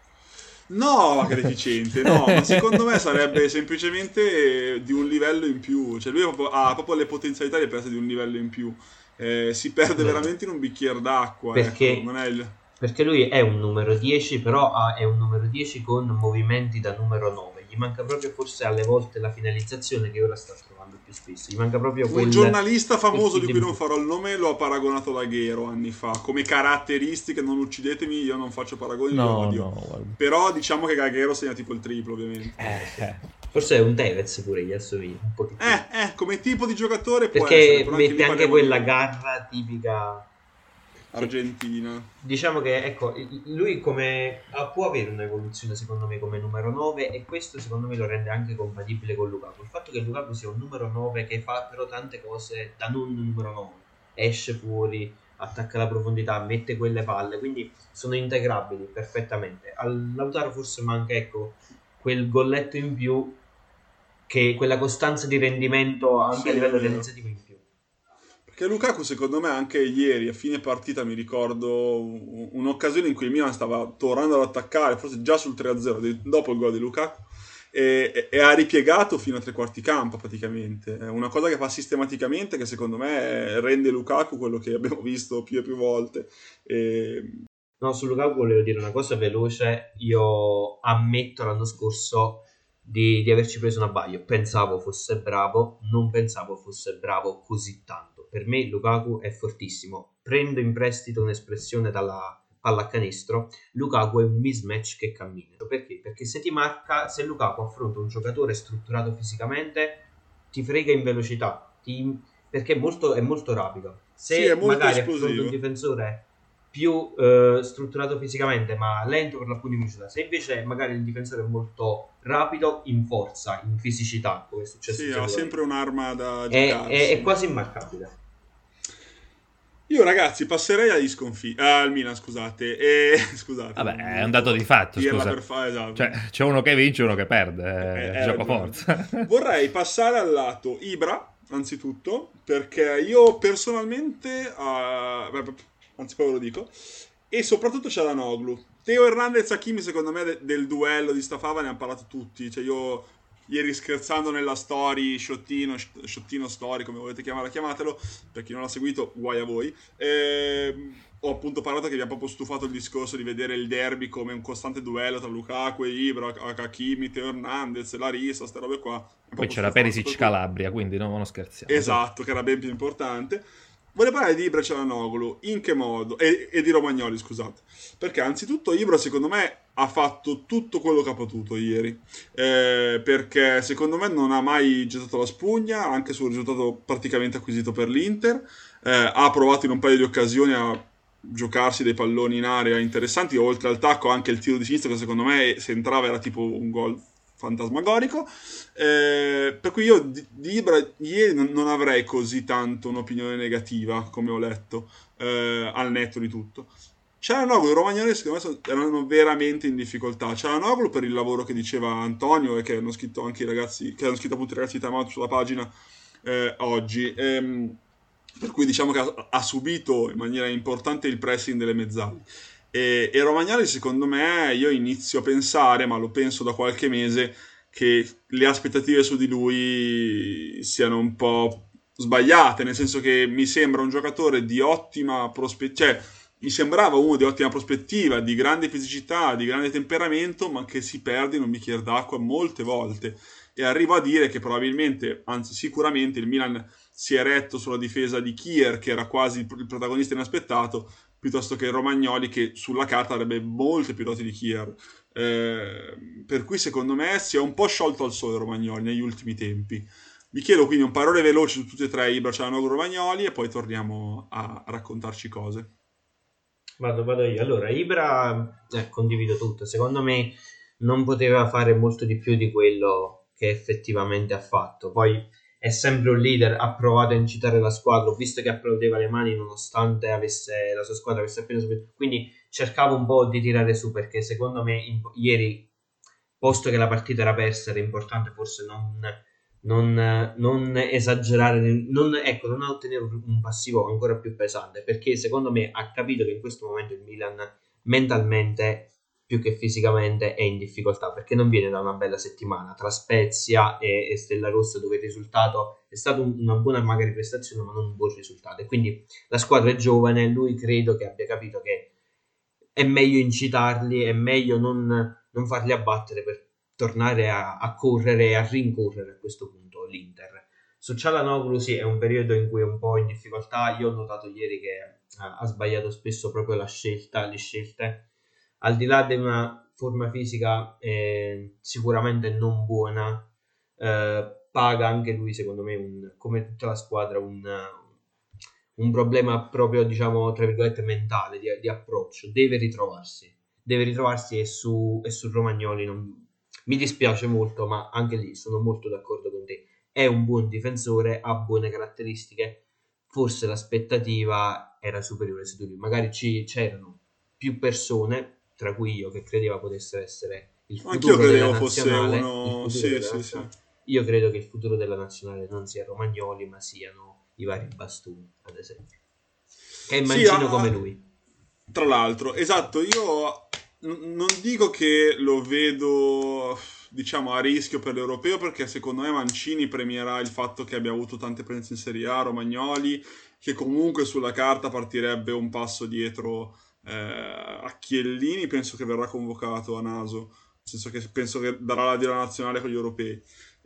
No, ma che deficiente, no, ma secondo me sarebbe semplicemente di un livello in più. Cioè lui ha proprio le potenzialità di essere di un livello in più. Si perde No, veramente in un bicchiere d'acqua, ecco, perché, non è il... perché lui è un numero 10, però è un numero 10 con movimenti da numero 9. Gli manca proprio forse alle volte la finalizzazione che ora sta trovando più spesso. Gli manca proprio Un giornalista quel famoso di kid cui in non più. farò il nome lo ha paragonato ad Aguero anni fa. Come caratteristiche, non uccidetemi, io non faccio paragoni, li No, odio. no, guarda. Però diciamo che Aguero segna tipo il triplo, ovviamente. Sì. Forse è un Tevez pure, gli assomiglia un pochettino. Come tipo di giocatore può essere, Perché però anche lì mette anche parliamo quella di garra tipica. Sì. Argentina. Diciamo che ecco, lui può avere un'evoluzione secondo me come numero 9, e questo secondo me lo rende anche compatibile con Lukaku. Il fatto che Lukaku sia un numero 9 che fa però tante cose da non numero 9, esce fuori, attacca la profondità, mette quelle palle, quindi sono integrabili perfettamente. Al Lautaro forse manca, ecco, quel golletto in più, che quella costanza di rendimento Sì, anche a è livello vero. realizzativo in più. Perché Lukaku, secondo me, anche ieri a fine partita mi ricordo un'occasione in cui il Milan stava tornando ad attaccare, forse già sul 3-0, dopo il gol di Lukaku, e ha ripiegato fino a tre quarti campo praticamente. È una cosa che fa sistematicamente che secondo me rende Lukaku quello che abbiamo visto più e più volte. E... No, su Lukaku volevo dire una cosa veloce. Io ammetto l'anno scorso di averci preso un abbaglio. Pensavo fosse bravo, non pensavo fosse bravo così tanto. Per me Lukaku è fortissimo. Prendo in prestito un'espressione pallacanestro, Lukaku è un mismatch che cammina. Perché? Perché se ti marca, se Lukaku affronta un giocatore strutturato fisicamente, ti frega in velocità, perché è molto rapido. Sì, è Se molto magari affronta un esplosivo. difensore più strutturato fisicamente ma lento per l'appunto in velocità, se invece magari il difensore è molto rapido in forza, in fisicità, come è successo Sì, in ha gioco da sempre Milan, un'arma da è giocarsi. quasi immarcabile. Io ragazzi passerei agli al Milan, scusate. E scusate, Vabbè, non è un dato volevo di fatto, dirla scusa. per fare, Cioè, esatto. c'è uno che vince e uno che perde, Hai gioco ragione. forza. Vorrei passare al lato Ibra, anzitutto, perché io personalmente, anzi poi ve lo dico, e soprattutto c'è la Noglu. Teo Hernandez Hakimi, secondo me, del duello di Stafava ne hanno parlato tutti. Cioè io ieri scherzando nella story, sciottino story, come volete chiamarla, chiamatelo, per chi non l'ha seguito, guai a voi. Ho appunto parlato che vi ha proprio stufato il discorso di vedere il derby come un costante duello tra Lukaku e Ibra, Hakimi, Teo Hernandez, Larissa, ste robe qua. Mi ha Poi proprio c'era stufato. Per Perisic cui Calabria, quindi no, non scherziamo, su. esatto, che era ben più importante. Volevo parlare di Ibra e Cialanoglu, in che modo? E di Romagnoli, scusate. Perché anzitutto Ibra secondo me ha fatto tutto quello che ha potuto ieri. Perché secondo me non ha mai gettato la spugna, anche sul risultato praticamente acquisito per l'Inter. Ha provato in un paio di occasioni a giocarsi dei palloni in area interessanti, oltre al tacco anche il tiro di sinistra che secondo me se entrava era tipo un gol fantasmagorico. Per cui io di Ibra ieri non avrei così tanto un'opinione negativa, come ho letto, al netto di tutto. Cialanoglu e Romagnoli secondo me erano veramente in difficoltà. Cialanoglu per il lavoro che diceva Antonio e che hanno scritto anche i ragazzi, che hanno scritto appunto i ragazzi di Time Out sulla pagina oggi. Per cui diciamo che ha subito in maniera importante il pressing delle mezzali. E Romagnoli secondo me io inizio a pensare, ma lo penso da qualche mese, che le aspettative su di lui siano un po' sbagliate, nel senso che mi sembra un giocatore di ottima prospettiva, cioè mi sembrava uno di ottima prospettiva, di grande fisicità, di grande temperamento, ma che si perde in un bicchiere d'acqua molte volte. E arrivo a dire che probabilmente, anzi sicuramente, il Milan si è retto sulla difesa di Kier, che era quasi il protagonista inaspettato, piuttosto che Romagnoli, che sulla carta avrebbe molte più doti di Kier. Per cui secondo me si è un po' sciolto al sole Romagnoli negli ultimi tempi. Vi chiedo quindi un parole veloci su tutti e tre, Ibra, Cialanoglu, Romagnoli, e poi torniamo a raccontarci cose. Vado io. Allora, Ibra, condivido tutto. Secondo me non poteva fare molto di più di quello che effettivamente ha fatto. Poi è sempre un leader, ha provato a incitare la squadra. Ho visto che applaudeva le mani nonostante la sua squadra avesse appena subito. Quindi cercavo un po' di tirare su perché secondo me ieri, posto che la partita era persa, era importante forse non esagerare, ecco, non ottenere un passivo ancora più pesante, perché secondo me ha capito che in questo momento il Milan mentalmente più che fisicamente è in difficoltà, perché non viene da una bella settimana tra Spezia e Stella Rossa, dove il risultato è stato una buona magari prestazione ma non un buon risultato, e quindi la squadra è giovane, lui credo che abbia capito che è meglio incitarli, è meglio non farli abbattere per tornare a correre e a rincorrere a questo punto l'Inter. Su Cialanoglu sì, è un periodo in cui è un po' in difficoltà. Io ho notato ieri che ha sbagliato spesso proprio le scelte. Al di là di una forma fisica sicuramente non buona, paga anche lui, secondo me, come tutta la squadra, un problema proprio, diciamo, tra virgolette, mentale, di approccio. Deve ritrovarsi e su Romagnoli mi dispiace molto, ma anche lì sono molto d'accordo con te. È un buon difensore, ha buone caratteristiche, forse l'aspettativa era superiore su di lui. Magari c'erano più persone, tra cui io, che credeva potesse essere il Anch'io futuro della credevo fosse nazionale, uno... Sì, sì, sì. io credo che il futuro della nazionale non sia Romagnoli, ma siano i vari bastoni, ad esempio. Che è Sì, mancino come lui. tra l'altro, esatto, io non dico che lo vedo, diciamo, a rischio per l'europeo, perché secondo me Mancini premierà il fatto che abbia avuto tante presenze in Serie A, Romagnoli, che comunque sulla carta partirebbe un passo dietro a Chiellini, penso che verrà convocato a naso, nel senso che penso che darà la diretta nazionale con gli europei.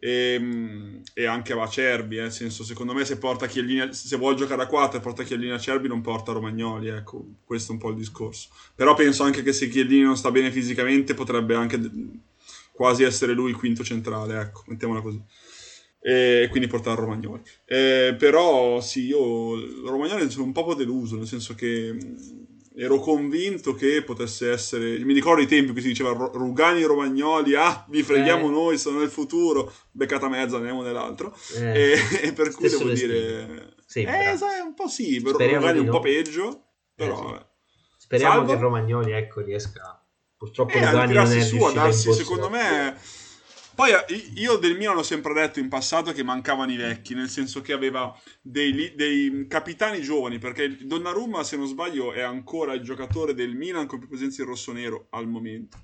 e anche Acerbi, nel senso, secondo me se porta Chiellini, se vuol giocare a 4 e porta Chiellini a Acerbi non porta Romagnoli, ecco, questo è un po' il discorso. Però penso anche che se Chiellini non sta bene fisicamente potrebbe anche quasi essere lui il quinto centrale, ecco, mettiamola così. E quindi portare Romagnoli. Però sì, io Romagnoli sono un po' deluso, nel senso che ero convinto che potesse essere, mi ricordo i tempi che si diceva Rugani e Romagnoli, vi freghiamo noi, sono nel futuro, beccata mezza, andiamo nell'altro, e per cui devo dire un po' sì, per Rugani un po' peggio, però speriamo che Romagnoli, ecco, riesca, purtroppo Rugani non è riuscito a darsi, secondo me. Poi io del Milan ho sempre detto in passato che mancavano i vecchi, nel senso che aveva dei capitani giovani, perché Donnarumma, se non sbaglio, è ancora il giocatore del Milan con più presenze in rossonero al momento.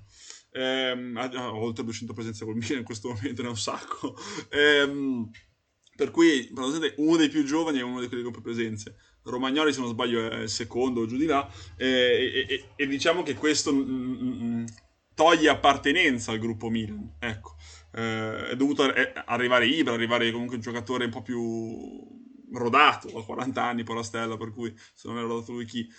Ha oltre 200 presenze col Milan in questo momento, ne ha un sacco. Per cui uno dei più giovani è uno di quelli con più presenze. Romagnoli, se non sbaglio, è il secondo o giù di là. E diciamo che questo toglie appartenenza al gruppo Milan, ecco. È dovuto arrivare Ibra, arrivare comunque un giocatore un po' più rodato, a 40 anni poi la stella, per cui se non è rodato lui chi.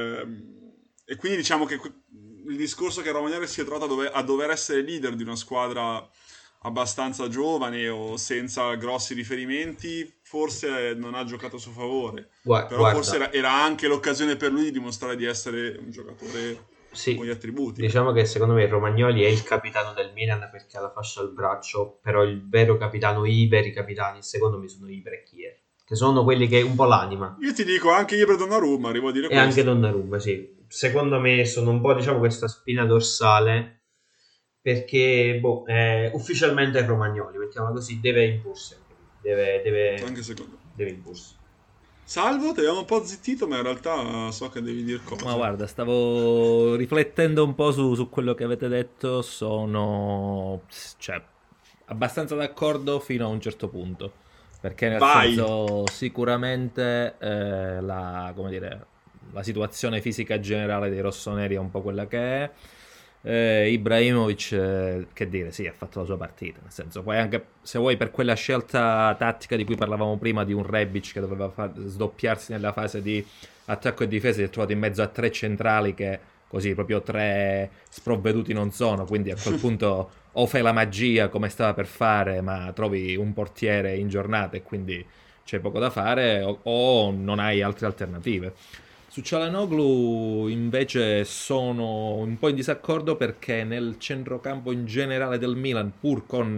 E quindi diciamo che il discorso che Romagnoli si è trovato a dover essere leader di una squadra abbastanza giovane o senza grossi riferimenti, forse non ha giocato a suo favore. Però forse era anche l'occasione per lui di dimostrare di essere un giocatore con gli attributi. Diciamo che secondo me Romagnoli è il capitano del Milan perché ha la fascia al braccio, però il vero capitano, i veri capitani secondo me sono Ibra e Kier, che sono quelli che un po' l'anima. Io ti dico anche Ibra e Donnarumma, arrivo a dire questo. E anche Donnarumma, sì. Secondo me sono un po', diciamo, questa spina dorsale, perché ufficialmente è Romagnoli, mettiamola così, deve imporsi. Anche secondo me. Deve imporsi. Salvo, ti avevamo un po' zittito, ma in realtà so che devi dire cosa. Ma guarda, stavo riflettendo un po' su quello che avete detto, sono abbastanza d'accordo fino a un certo punto, perché nel senso sicuramente la situazione fisica generale dei rossoneri è un po' quella che è. Ibrahimovic, che dire, sì, ha fatto la sua partita, nel senso, poi anche se vuoi per quella scelta tattica di cui parlavamo prima, di un Rebic che doveva sdoppiarsi nella fase di attacco e difesa, si è trovato in mezzo a tre centrali che così proprio tre sprovveduti non sono, quindi a quel punto o fai la magia come stava per fare, ma trovi un portiere in giornata e quindi c'è poco da fare, o non hai altre alternative. Su Çalhanoğlu invece sono un po' in disaccordo, perché nel centrocampo in generale del Milan, pur con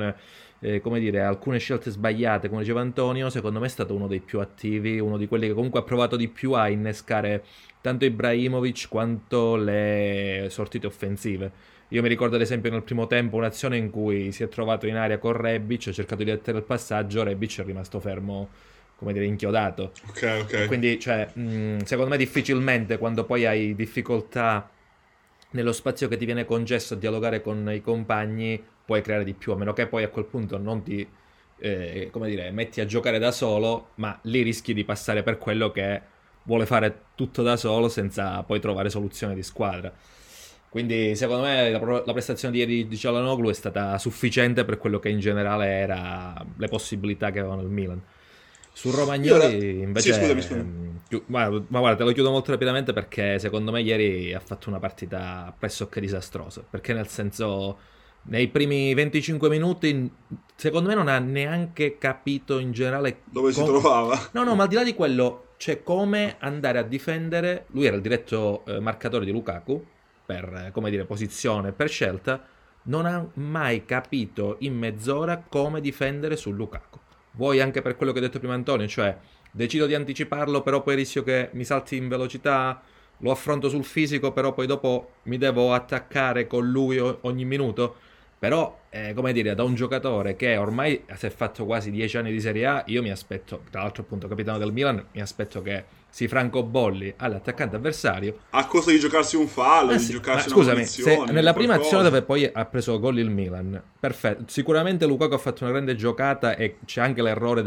alcune scelte sbagliate, come diceva Antonio, secondo me è stato uno dei più attivi, uno di quelli che comunque ha provato di più a innescare tanto Ibrahimovic quanto le sortite offensive. Io mi ricordo ad esempio nel primo tempo un'azione in cui si è trovato in area con Rebic, ha cercato di atterrare il passaggio, Rebic è rimasto fermo, inchiodato. Ok. Quindi, secondo me difficilmente, quando poi hai difficoltà nello spazio che ti viene concesso a dialogare con i compagni, puoi creare di più, a meno che poi a quel punto non ti metti a giocare da solo, ma lì rischi di passare per quello che vuole fare tutto da solo senza poi trovare soluzione di squadra. Quindi secondo me la prestazione di ieri di Çalhanoğlu è stata sufficiente per quello che in generale era le possibilità che avevano il Milan. Su Romagnoli invece scusami. Ma guarda, te lo chiudo molto rapidamente, perché secondo me ieri ha fatto una partita pressoché disastrosa, perché nel senso nei primi 25 minuti secondo me non ha neanche capito in generale dove si trovava. No, ma al di là di quello, come andare a difendere. Lui era il diretto marcatore di Lukaku per posizione, per scelta. Non ha mai capito in mezz'ora come difendere su Lukaku. Vuoi anche per quello che ha detto prima Antonio, cioè decido di anticiparlo, però poi rischio che mi salti in velocità, lo affronto sul fisico, però poi dopo mi devo attaccare con lui ogni minuto. Però, da un giocatore che ormai si è fatto quasi 10 anni di Serie A, io mi aspetto, tra l'altro appunto capitano del Milan, mi aspetto che si francobolli all'attaccante avversario. A costo di giocarsi un fallo, di giocarsi una munizione. Nella prima azione dove poi ha preso gol il Milan, perfetto, sicuramente Lukaku ha fatto una grande giocata e c'è anche l'errore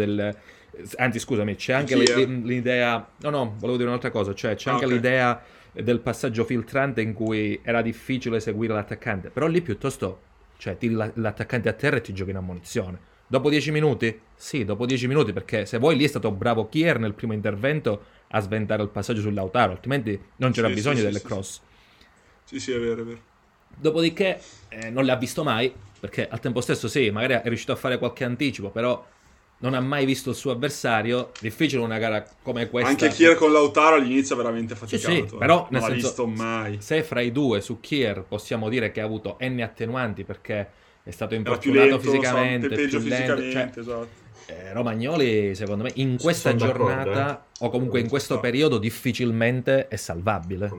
c'è anche l'idea, volevo dire un'altra cosa, cioè c'è anche l'idea del passaggio filtrante in cui era difficile seguire l'attaccante, però lì piuttosto tiri l'attaccante a terra e ti giochi in ammonizione. Dopo 10 minuti? Sì, dopo 10 minuti, perché se vuoi lì è stato bravo Kier nel primo intervento a sventare il passaggio su Lautaro, altrimenti non c'era bisogno delle cross. Sì, è vero, è vero. Dopodiché non l'ha visto mai, perché al tempo stesso sì, magari è riuscito a fare qualche anticipo, però non ha mai visto il suo avversario. Difficile una gara come questa. Anche Kier con Lautaro all'inizio è veramente faticato. Sì, però non l'ha visto mai. Se fra i due su Kier possiamo dire che ha avuto N attenuanti, perché è stato infortunato fisicamente, peggio più lento, fisicamente, esatto. Romagnoli secondo me in questa giornata o comunque in questo periodo difficilmente è salvabile.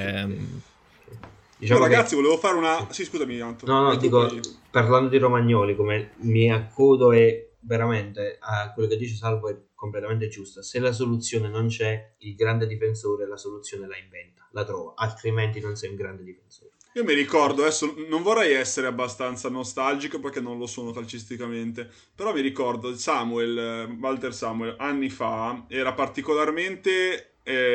Diciamo ragazzi, volevo fare una... Sì, scusami, Anto. No, dico, parlando di Romagnoli, come mi accodo e veramente a quello che dice Salvo è completamente giusto. Se la soluzione non c'è, il grande difensore la soluzione la inventa, la trova, altrimenti non sei un grande difensore. Io mi ricordo, adesso non vorrei essere abbastanza nostalgico perché non lo sono calcisticamente, però mi ricordo Walter Samuel anni fa era particolarmente...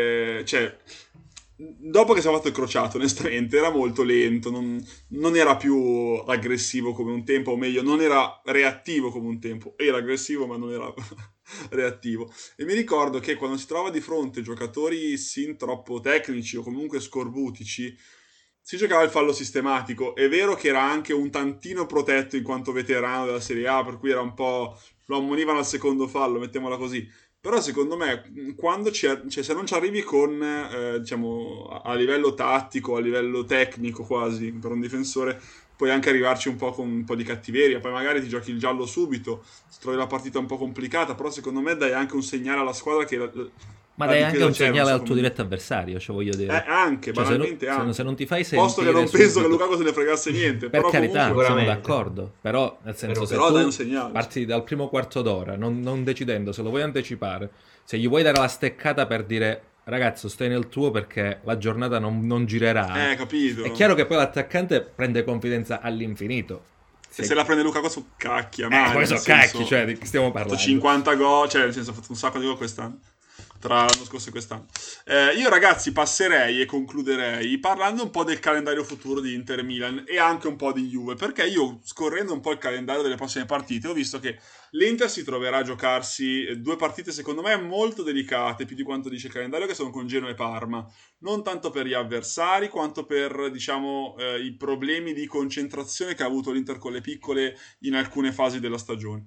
dopo che si è fatto il crociato, onestamente, era molto lento, non era più aggressivo come un tempo, o meglio, non era reattivo come un tempo. Era aggressivo, ma non era reattivo. E mi ricordo che quando si trova di fronte giocatori sin troppo tecnici o comunque scorbutici, si giocava il fallo sistematico. È vero che era anche un tantino protetto in quanto veterano della Serie A, per cui era un po'... lo ammonivano al secondo fallo, mettiamola così. Però secondo me quando se non ci arrivi con diciamo a livello tattico, a livello tecnico quasi per un difensore, puoi anche arrivarci un po' con un po' di cattiveria, poi magari ti giochi il giallo subito, trovi la partita un po' complicata, però secondo me dai anche un segnale alla squadra che ma dai anche un segnale al tuo diretto avversario, cioè voglio dire. Anche, banalmente se non ti fai sentire posto che non penso che Lukaku se ne fregasse niente. Per però carità, comunque... siamo d'accordo. Però, nel senso, se tu parti dal primo quarto d'ora, non decidendo se lo vuoi anticipare, se gli vuoi dare la steccata per dire ragazzo stai nel tuo perché la giornata non girerà, capito. È chiaro che poi l'attaccante prende confidenza all'infinito. Se la prende Lukaku su cacchia, poi sono cacchi, cioè di che stiamo parlando? 50 gol, cioè nel senso ha fatto un sacco di gol quest'anno, tra l'anno scorso e quest'anno. Io ragazzi passerei e concluderei parlando un po' del calendario futuro di Inter e Milan e anche un po' di Juve, perché io scorrendo un po' il calendario delle prossime partite ho visto che l'Inter si troverà a giocarsi due partite secondo me molto delicate, più di quanto dice il calendario, che sono con Genoa e Parma, non tanto per gli avversari quanto per diciamo i problemi di concentrazione che ha avuto l'Inter con le piccole in alcune fasi della stagione.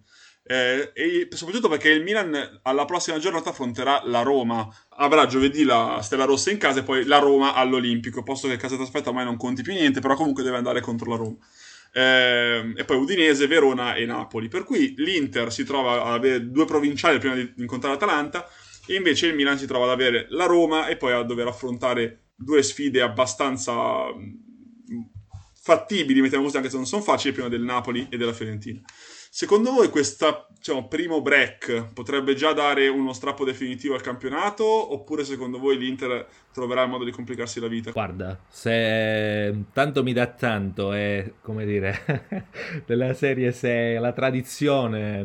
E soprattutto perché il Milan alla prossima giornata affronterà la Roma, avrà giovedì la Stella Rossa in casa e poi la Roma all'Olimpico, posto che casa trasferta ormai non conti più niente, però comunque deve andare contro la Roma. E poi Udinese, Verona e Napoli, per cui l'Inter si trova ad avere due provinciali prima di incontrare l'Atalanta e invece il Milan si trova ad avere la Roma e poi a dover affrontare due sfide abbastanza fattibili, mettiamo così, anche se non sono facili, prima del Napoli e della Fiorentina. Secondo voi questo primo break potrebbe già dare uno strappo definitivo al campionato oppure secondo voi l'Inter troverà il modo di complicarsi la vita? Guarda, se tanto mi dà tanto e come dire della serie se la tradizione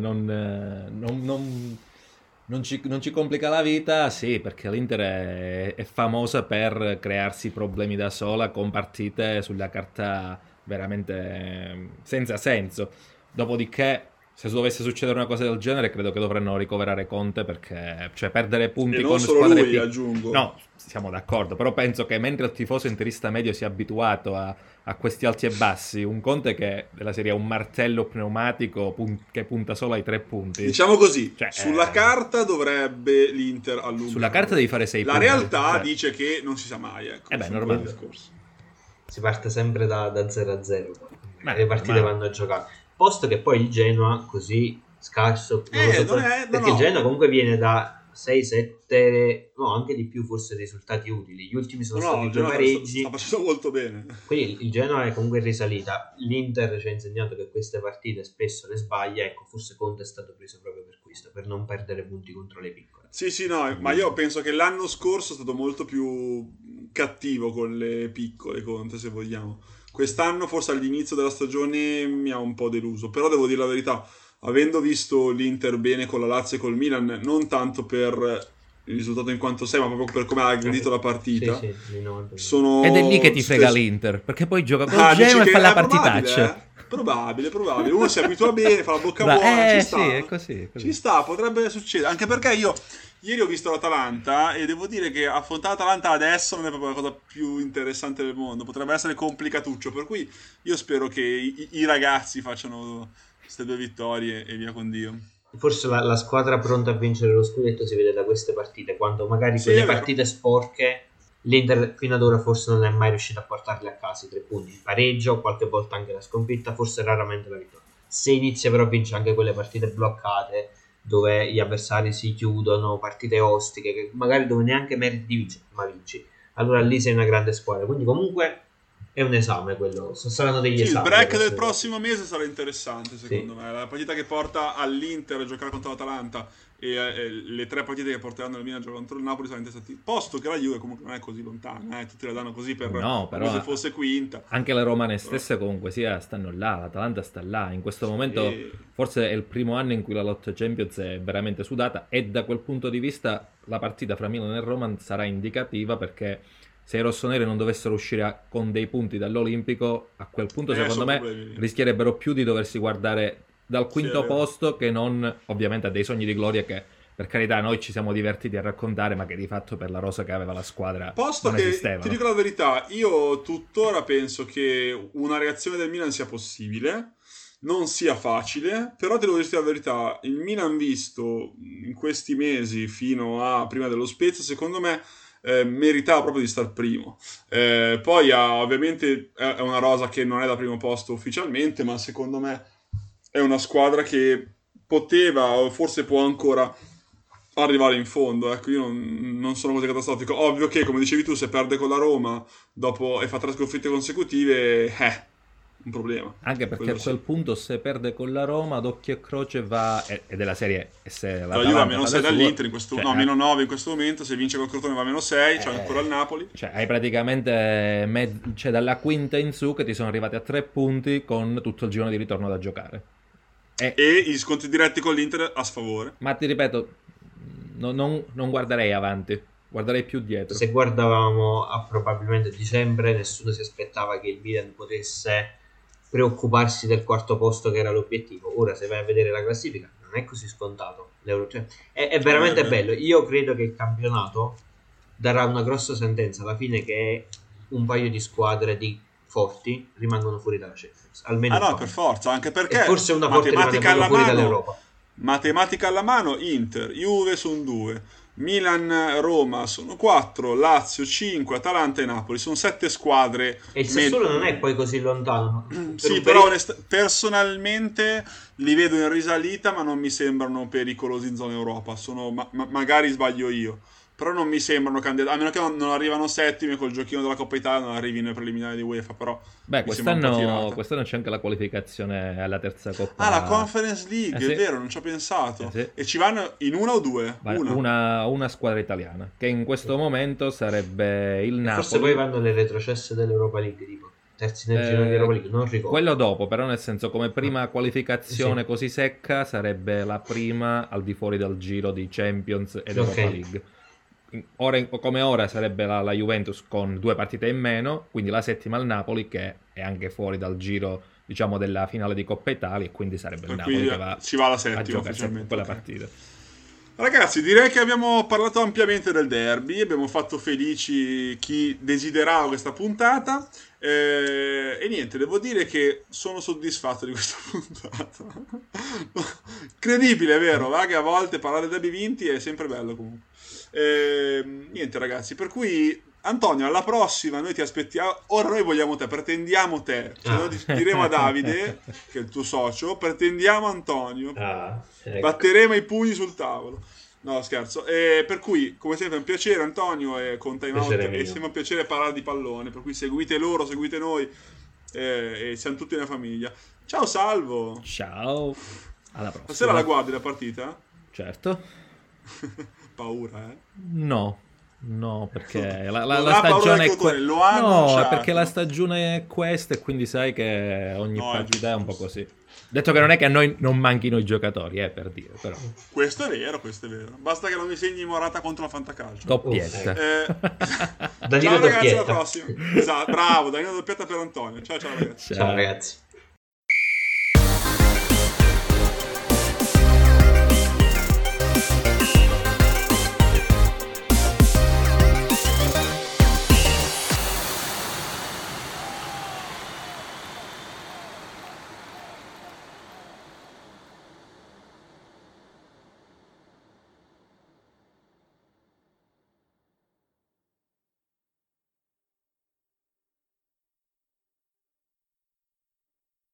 non ci complica la vita, sì, perché l'Inter è famosa per crearsi problemi da sola con partite sulla carta veramente senza senso. Dopodiché, se dovesse succedere una cosa del genere, credo che dovranno ricoverare Conte perché, cioè, perdere punti con squadre lui, aggiungo. No, siamo d'accordo, però penso che mentre il tifoso interista medio sia abituato a questi alti e bassi, un Conte che della serie ha un martello pneumatico che punta solo ai 3 punti. Diciamo così, cioè, sulla carta dovrebbe l'Inter allungare. Sulla carta devi fare 6 punti. La realtà dice che non si sa mai, ecco. Normale. Si parte sempre da 0-0. Le partite vanno a giocare. Posto che poi il Genoa così scarso perché il Genoa comunque viene da 6-7 no anche di più forse risultati utili, gli ultimi sono stati 2 pareggi, sta facendo molto bene, quindi il Genoa è comunque in risalita. L'Inter ci ha insegnato che queste partite spesso le sbaglia, ecco forse Conte è stato preso proprio per questo, per non perdere punti contro le piccole. Sì no, ma io penso che l'anno scorso è stato molto più cattivo con le piccole Conte, se vogliamo. Quest'anno forse all'inizio della stagione mi ha un po' deluso, però devo dire la verità, avendo visto l'Inter bene con la Lazio e col Milan, non tanto per il risultato in quanto sei, ma proprio per come ha aggredito la partita, sì, sono... Ed è lì che ti frega l'Inter, perché poi gioca con Genoa e fa la partitaccia. Probabile. Uno si abitua bene, fa la bocca buona, ci sta. Sì, è così. Ci sta, potrebbe succedere. Anche perché io ieri ho visto l'Atalanta e devo dire che affrontare l'Atalanta adesso non è proprio la cosa più interessante del mondo. Potrebbe essere complicatuccio, per cui io spero che i ragazzi facciano queste 2 vittorie e via con Dio. Forse la squadra pronta a vincere lo scudetto si vede da queste partite, quando magari Sì, quelle è vero. partite sporche l'Inter fino ad ora forse non è mai riuscito a portarle a casa i 3 punti, il pareggio, qualche volta anche la sconfitta, forse raramente la vittoria. Se inizia però a vincere anche quelle partite bloccate dove gli avversari si chiudono, partite ostiche che magari dove neanche meriti di vincere ma vinci, allora lì sei una grande squadra. Quindi comunque è un esame quello, saranno degli Sì, esami. il break del queste prossimo mese sarà interessante secondo me. La partita che porta all'Inter a giocare contro l'Atalanta e le 3 partite che porteranno il Milan a giocare contro il Napoli saranno interessanti. Posto che la Juve comunque non è così lontana, tutti la danno così per No, però come se fosse quinta. anche le romane stesse comunque stanno là, l'Atalanta sta là. In questo momento forse è il primo anno in cui la lotta Champions è veramente sudata e da quel punto di vista la partita fra Milan e Roma sarà indicativa, perché se i rossoneri non dovessero uscire con dei punti dall'Olimpico, a quel punto secondo me rischierebbero più di doversi guardare dal quinto posto che non ovviamente a dei sogni di gloria che per carità noi ci siamo divertiti a raccontare, ma che di fatto per la rosa che aveva la squadra Posto non che esistevano. ti dico la verità, io tuttora penso che una reazione del Milan sia possibile, non sia facile, però ti devo dire la verità, il Milan visto in questi mesi fino a prima dello Spezia, secondo me meritava proprio di star primo. Poi ovviamente è una rosa che non è da primo posto ufficialmente, ma secondo me è una squadra che poteva o forse può ancora arrivare in fondo. Ecco, io non sono così catastrofico. Ovvio che, come dicevi tu, se perde con la Roma dopo e fa 3 sconfitte consecutive, un problema. Anche perché Quello a quel sì. punto se perde con la Roma ad occhio e croce va ed è la serie, e se La Juve a meno 6 fa da sua, dall'Inter in questo, cioè, no, meno 9 in questo momento. Se vince col Crotone va a meno 6, c'è ancora il Napoli. cioè hai praticamente cioè dalla quinta in su che ti sono arrivati a 3 punti con tutto il girone di ritorno da giocare. E gli scontri diretti con l'Inter a sfavore. Ma ti ripeto, non guarderei avanti, guarderei più dietro. Se guardavamo a probabilmente dicembre, nessuno si aspettava che il Milan potesse preoccuparsi del quarto posto che era l'obiettivo. Ora se vai a vedere la classifica non è così scontato. Cioè, è veramente bello. Io credo che il campionato darà una grossa sentenza alla fine, che un paio di squadre forti rimangono fuori dalla Champions, almeno no, per forza, anche perché e forse una forte rimane matematica alla fuori mano, dall'Europa. Matematica alla mano, Inter, Juve sono 2, Milan, Roma sono 4, Lazio 5, Atalanta e Napoli sono 7 squadre. E il Sassuolo non è poi così lontano. Sì, però personalmente li vedo in risalita, ma non mi sembrano pericolosi in zona Europa. Magari sbaglio io, però non mi sembrano candidati, a meno che non arrivano settimi col giochino della Coppa Italia, non arrivino ai preliminari di UEFA. Però quest'anno c'è anche la qualificazione alla terza Coppa. La Conference League, sì. È vero, non ci ho pensato. Sì. E ci vanno in una o due? Una squadra italiana, che in questo momento sarebbe il Napoli. Forse poi vanno le retrocesse dell'Europa League, tipo terzi nel giro di Europa League, non ricordo. Quello dopo, però nel senso come prima qualificazione così secca sarebbe la prima al di fuori del giro di Champions ed Europa League. Come ora sarebbe la Juventus con 2 partite in meno, quindi la settima al Napoli, che è anche fuori dal giro, diciamo, della finale di Coppa Italia, e quindi sarebbe il Napoli che ci va la settima a giocare ufficialmente quella partita. Ragazzi, direi che abbiamo parlato ampiamente del derby, abbiamo fatto felici chi desiderava questa puntata e niente, devo dire che sono soddisfatto di questa puntata. Credibile, vero? Va che a volte parlare dei derby vinti è sempre bello comunque. Niente ragazzi, per cui Antonio, alla prossima noi ti aspettiamo. Ora noi vogliamo te, pretendiamo te, noi diremo a Davide, che è il tuo socio, pretendiamo Antonio, ecco. batteremo i pugni sul tavolo. No, scherzo. Per cui, come sempre, è un piacere Antonio, e con Time Out è sempre un piacere parlare di pallone, per cui seguite loro, seguite noi, e siamo tutti una famiglia. Ciao Salvo. Ciao, alla prossima. Stasera la guardi la partita? Certo. Paura, No, perché la stagione è perché la stagione è questa, e quindi sai che ogni partita è un po' così. Detto che non è che a noi non manchino i giocatori, per dire, però. Questo è vero. Basta che non mi segni Morata contro la Fantacalcio. Doppietta. Danilo ciao ragazzi, doppietta. alla prossima. Esatto, bravo, Danilo doppietta per Antonio. Ciao ragazzi. Ciao ragazzi.